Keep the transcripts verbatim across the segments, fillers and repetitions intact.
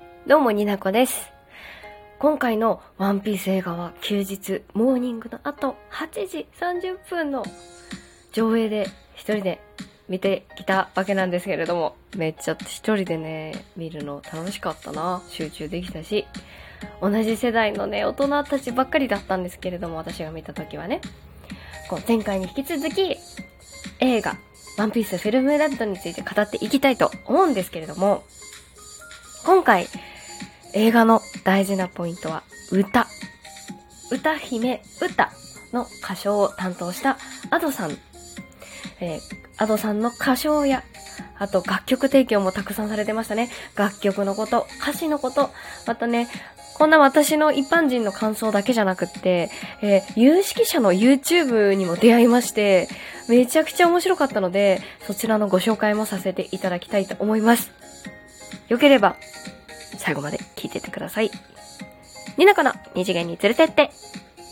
どうもになこです。今回のワンピース映画は休日モーニングの後はちじさんじゅっぷんの上映で一人で見てきたわけなんですけれども、めっちゃ一人でね見るの楽しかったな。集中できたし、同じ世代のね大人たちばっかりだったんですけれども、私が見た時はね、こう前回に引き続き映画ワンピースフィルムレッドについて語っていきたいと思うんですけれども、今回映画の大事なポイントは歌。歌姫歌の歌唱を担当したアドさん。えー、アドさんの歌唱や、あと楽曲提供もたくさんされてましたね。楽曲のこと、歌詞のこと、またね、こんな私の一般人の感想だけじゃなくって、えー、有識者の YouTube にも出会いまして、めちゃくちゃ面白かったので、そちらのご紹介もさせていただきたいと思います。よければ、最後まで聞いてってください。になこの二次元に連れてって。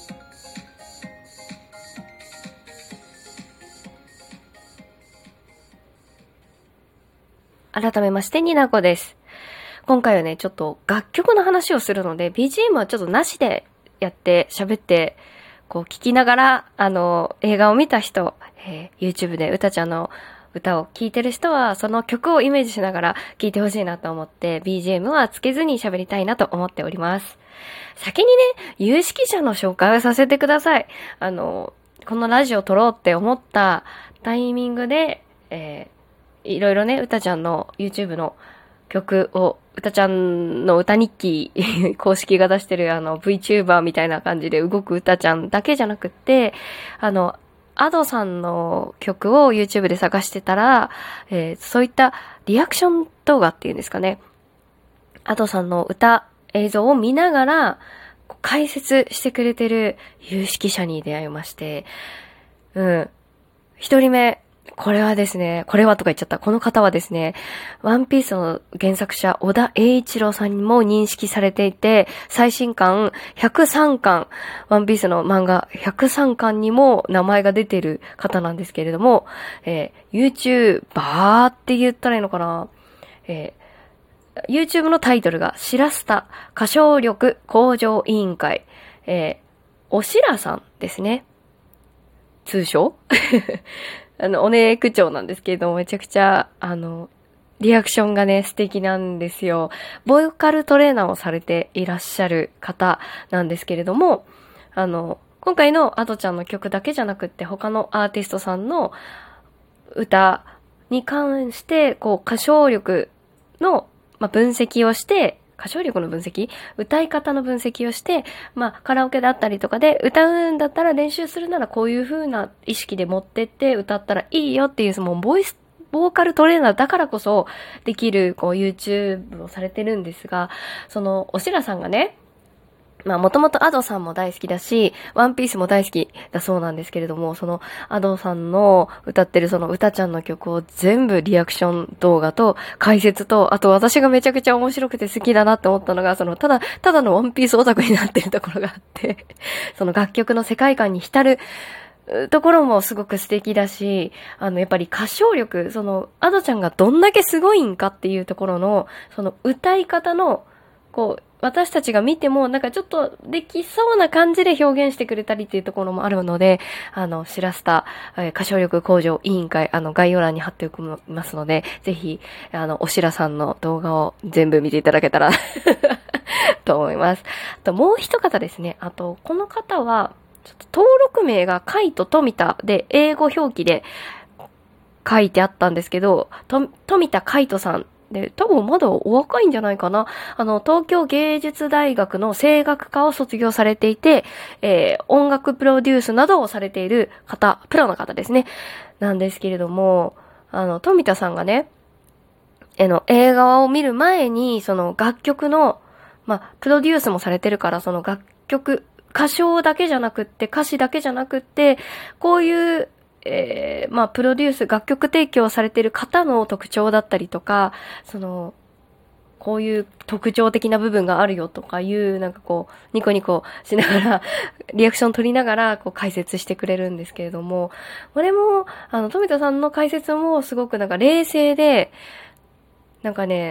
改めましてになこです。今回はねちょっと楽曲の話をするので ビージーエム はちょっとなしでやって喋ってこう聞きながらあの映画を見た人、えー、YouTube で歌ちゃんの歌を聴いてる人はその曲をイメージしながら聴いてほしいなと思って ビージーエム はつけずに喋りたいなと思っております。先にね有識者の紹介をさせてください。あのこのラジオを撮ろうって思ったタイミングで、えー、いろいろね歌ちゃんの YouTube の曲を歌ちゃんの歌日記公式が出してるあの VTuber みたいな感じで動く歌ちゃんだけじゃなくってあのアドさんの曲を YouTube で探してたら、えー、そういったリアクション動画っていうんですかね。アドさんの歌映像を見ながら解説してくれてる有識者に出会いまして、うん。一人目、これはですね、これはとか言っちゃった。この方はですね、ワンピースの原作者、小田栄一郎さんにも認識されていて、最新刊ひゃくさんかん、ワンピースの漫画ひゃくさんかんにも名前が出てる方なんですけれども、えー、YouTuber って言ったらいいのかな、えー、YouTube のタイトルが、しらすた歌唱力向上委員会、えー、おしらさんですね。通称あの、おね区長なんですけれども、めちゃくちゃ、あの、リアクションがね、素敵なんですよ。ボーカルトレーナーをされていらっしゃる方なんですけれども、あの、今回のアドちゃんの曲だけじゃなくって、他のアーティストさんの歌に関して、こう、歌唱力の、まあ、分析をして、歌唱力の分析歌い方の分析をして、まあ、カラオケだったりとかで、歌うんだったら練習するならこういう風な意識で持ってって歌ったらいいよっていう、そのボイス、ボーカルトレーナーだからこそできる、こう、YouTube をされてるんですが、その、おしらさんがね、まあもともとアドさんも大好きだし、ワンピースも大好きだそうなんですけれども、そのアドさんの歌ってるその歌ちゃんの曲を全部リアクション動画と解説と、あと私がめちゃくちゃ面白くて好きだなって思ったのが、そのただ、ただのワンピースオタクになってるところがあって、その楽曲の世界観に浸るところもすごく素敵だし、あのやっぱり歌唱力、そのアドちゃんがどんだけすごいんかっていうところの、その歌い方の、こう、私たちが見てもなんかちょっとできそうな感じで表現してくれたりっていうところもあるので、あの、しらすた、えー、歌唱力向上委員会、あの、概要欄に貼っておきますので、ぜひ、あの、おしらさんの動画を全部見ていただけたらと思います。あと、もう一方ですね。あと、この方は、ちょっと登録名がカイト富田で、英語表記で書いてあったんですけど、と、富田カイトさん。で、多分まだお若いんじゃないかな。あの、東京芸術大学の声楽科を卒業されていて、えー、音楽プロデュースなどをされている方、プロの方ですね。なんですけれども、あの、富田さんがね、えの、映画を見る前に、その楽曲の、まあ、プロデュースもされてるから、その楽曲、歌唱だけじゃなくって、歌詞だけじゃなくって、こういう、えー、まあ、プロデュース、楽曲提供されている方の特徴だったりとか、その、こういう特徴的な部分があるよとかいう、なんかこう、ニコニコしながら、リアクション取りながら、こう解説してくれるんですけれども、これも、あの、富田さんの解説もすごくなんか冷静で、なんかね、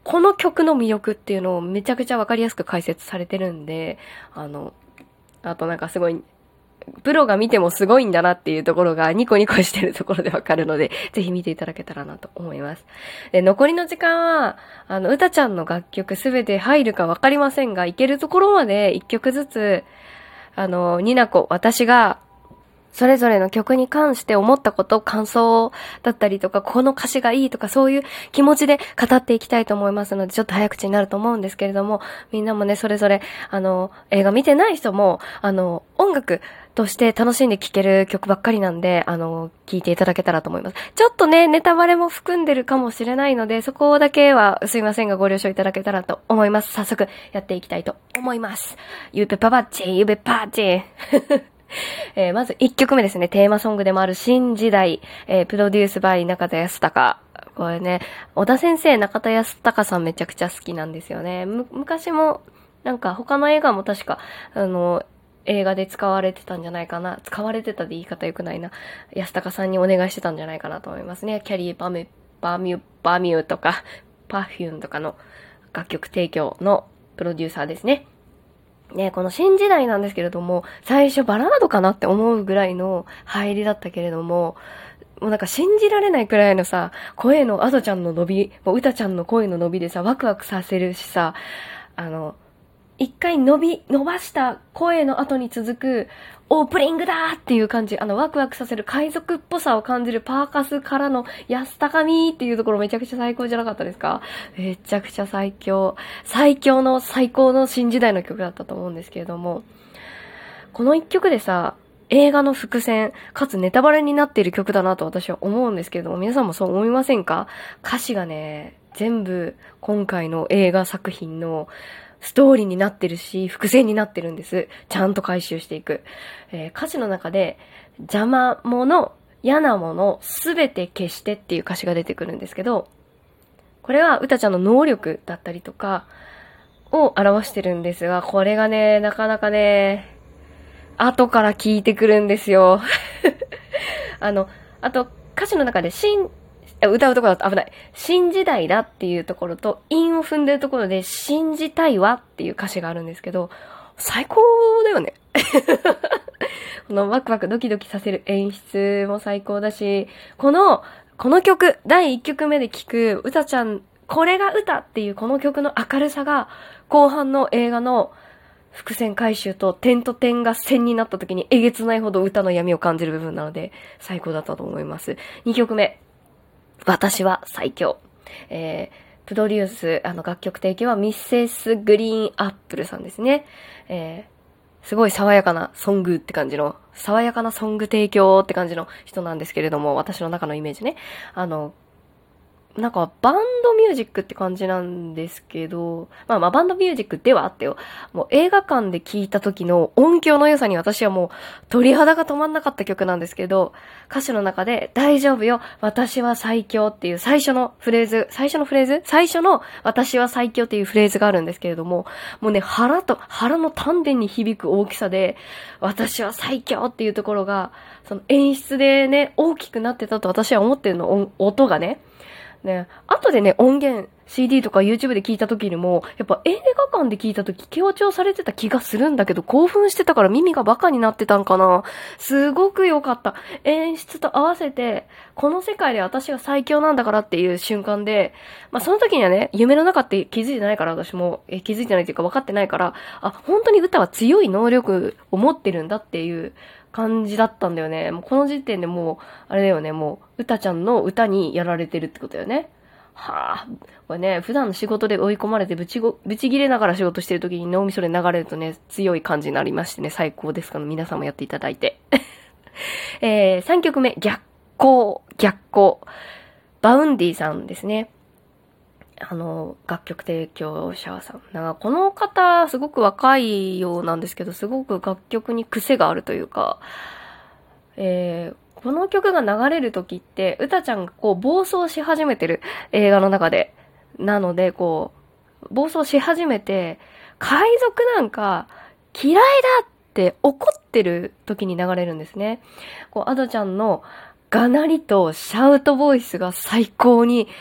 この曲の魅力っていうのをめちゃくちゃわかりやすく解説されてるんで、あの、あとなんかすごい、プロが見てもすごいんだなっていうところがニコニコしてるところでわかるので、ぜひ見ていただけたらなと思います。で、残りの時間は、あの、うたちゃんの楽曲すべて入るかわかりませんが、いけるところまで一曲ずつ、あの、になこ、私が、それぞれの曲に関して思ったこと、感想だったりとか、この歌詞がいいとか、そういう気持ちで語っていきたいと思いますので、ちょっと早口になると思うんですけれども、みんなもね、それぞれ、あの、映画見てない人も、あの、音楽として楽しんで聴ける曲ばっかりなんで、あの、聴いていただけたらと思います。ちょっとね、ネタバレも含んでるかもしれないので、そこだけはすいませんがご了承いただけたらと思います。早速やっていきたいと思います。ゆべぱばっち、ゆべぱーち。えー、まずいっきょくめですね。テーマソングでもある新時代、えー、プロデュースバイ中田康隆。これね、小田先生、中田康隆さんめちゃくちゃ好きなんですよね。む、昔も、なんか他の映画も確か、あの、映画で使われてたんじゃないかな。使われてたで言い方良くないな。安隆さんにお願いしてたんじゃないかなと思いますね。キャリーパミュ、パミュ、パミュとか、パフュームとかの楽曲提供のプロデューサーですね。ね、この新時代なんですけれども、最初バラードかなって思うぐらいの入りだったけれども、もうなんか信じられないくらいのさ、声のアドちゃんの伸び、もう歌ちゃんの声の伸びでさ、ワクワクさせるしさ、あの、一回伸び、伸ばした声の後に続くオープニングだーっていう感じ、あのワクワクさせる海賊っぽさを感じるパーカスからの安高みっていうところめちゃくちゃ最高じゃなかったですか？めちゃくちゃ最強。最強の最高の新時代の曲だったと思うんですけれども、この一曲でさ、映画の伏線、かつネタバレになっている曲だなと私は思うんですけれども、皆さんもそう思いませんか？歌詞がね、全部今回の映画作品のストーリーになってるし、伏線になってるんです。ちゃんと回収していく。えー、歌詞の中で、邪魔者、嫌なもの、すべて消してっていう歌詞が出てくるんですけど、これは歌ちゃんの能力だったりとかを表してるんですが、これがね、なかなかね、後から聞いてくるんですよ。あの、あと歌詞の中で、新、歌うところだと危ない。新時代だっていうところと、韻を踏んでるところで、信じたいわっていう歌詞があるんですけど、最高だよね。このワクワクドキドキさせる演出も最高だし、この、この曲、だいいっきょくめで聴く、歌ちゃん、これが歌っていうこの曲の明るさが、後半の映画の伏線回収と点と点が線になった時にえげつないほど歌の闇を感じる部分なので、最高だったと思います。にきょくめ。私は最強。えー、プロデュース、あの楽曲提供はミセスグリーンアップルさんですね。えー、すごい爽やかなソングって感じの、爽やかなソング提供って感じの人なんですけれども、私の中のイメージね。あの、なんかバンドミュージックって感じなんですけど、まあまあバンドミュージックではあってよ。もう映画館で聴いた時の音響の良さに私はもう鳥肌が止まんなかった曲なんですけど、歌詞の中で大丈夫よ、私は最強っていう最初のフレーズ、最初のフレーズ最初の私は最強っていうフレーズがあるんですけれども、もうね、腹と、腹の丹田に響く大きさで、私は最強っていうところが、その演出でね、大きくなってたと私は思ってるの、音がね。ね、後でね、音源、シーディー とか YouTube で聞いた時にも、やっぱ映画館で聞いた時強調されてた気がするんだけど、興奮してたから耳がバカになってたんかな。すごく良かった。演出と合わせて、この世界で私が最強なんだからっていう瞬間で、まあその時にはね、夢の中って気づいてないから私も、え気づいてないっていうか分かってないから、あ、本当に歌は強い能力を持ってるんだっていう感じだったんだよね。もうこの時点でもう、あれだよね、もう、歌ちゃんの歌にやられてるってことだよね。はぁ、これね、普段の仕事で追い込まれてぶちご、ぶち切れながら仕事してる時に脳みそで流れるとね、強い感じになりましてね、最高ですから皆さんもやっていただいて。えー、さんきょくめ、逆光、逆光。バウンディさんですね。あの、楽曲提供者さん。なんかこの方、すごく若いようなんですけど、すごく楽曲に癖があるというか、えー、この曲が流れる時って、うたちゃんがこう暴走し始めてる映画の中で。なので、こう、暴走し始めて、海賊なんか嫌いだって怒ってる時に流れるんですね。こう、アドちゃんのがなりとシャウトボイスが最高に、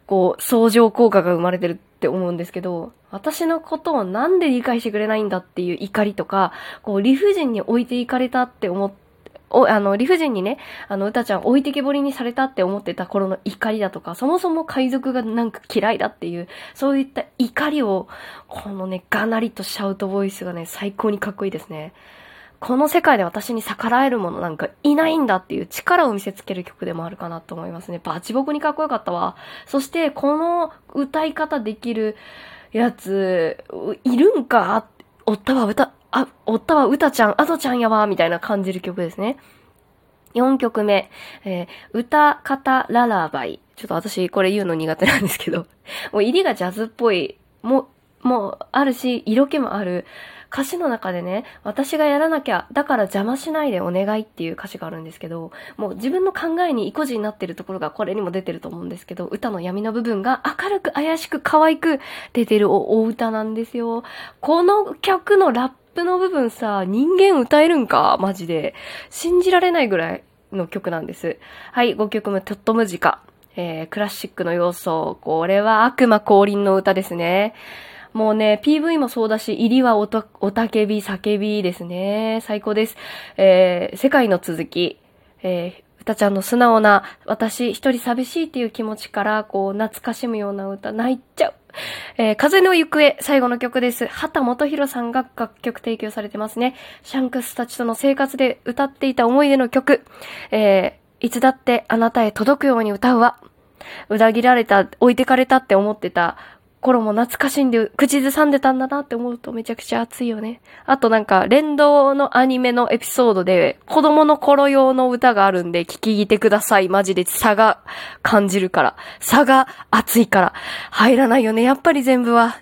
こう、相乗効果が生まれてるって思うんですけど、私のことをなんで理解してくれないんだっていう怒りとか、こう、理不尽に置いていかれたって思って、お、あの、理不尽にね、あの、うたちゃん置いてけぼりにされたって思ってた頃の怒りだとか、そもそも海賊がなんか嫌いだっていう、そういった怒りを、このね、がなりとシャウトボイスがね、最高にかっこいいですね。この世界で私に逆らえるものなんかいないんだっていう力を見せつける曲でもあるかなと思いますね。バチボコにかっこよかったわ。そして、この歌い方できるやつ、いるんかおったわ、歌、あ、おったわ、うたちゃん、あとちゃんやわ、みたいな感じる曲ですね。よんきょくめ、えー、歌方ララバイ。ちょっと私これ言うの苦手なんですけど、もう入りがジャズっぽい、もう、もうあるし、色気もある。歌詞の中でね、私がやらなきゃ、だから邪魔しないでお願いっていう歌詞があるんですけど、もう自分の考えに意固地になってるところがこれにも出てると思うんですけど、歌の闇の部分が明るく怪しく可愛く出てる お, お歌なんですよ。この曲のラップの部分さ、人間歌えるんかマジで。信じられないぐらいの曲なんです。はい、ごきょくめ、トットムジカ。えー、クラシックの要素。これは悪魔降臨の歌ですね。もうね、ピーブイ もそうだし、入りはおた、おたけび、叫びですね。最高です。えー、世界の続き。えー、うたちゃんの素直な、私一人寂しいっていう気持ちから、こう、懐かしむような歌、泣いちゃう。えー、風の行方、最後の曲です。畑基博さんが楽曲提供されてますね。シャンクスたちとの生活で歌っていた思い出の曲。えー、いつだってあなたへ届くように歌うわ。裏切られた、置いてかれたって思ってた頃も懐かしんで、口ずさんでたんだなって思うとめちゃくちゃ熱いよね。あとなんか、連動のアニメのエピソードで、子供の頃用の歌があるんで、聞き入ってください。マジで差が感じるから。差が熱いから。入らないよね。やっぱり全部は。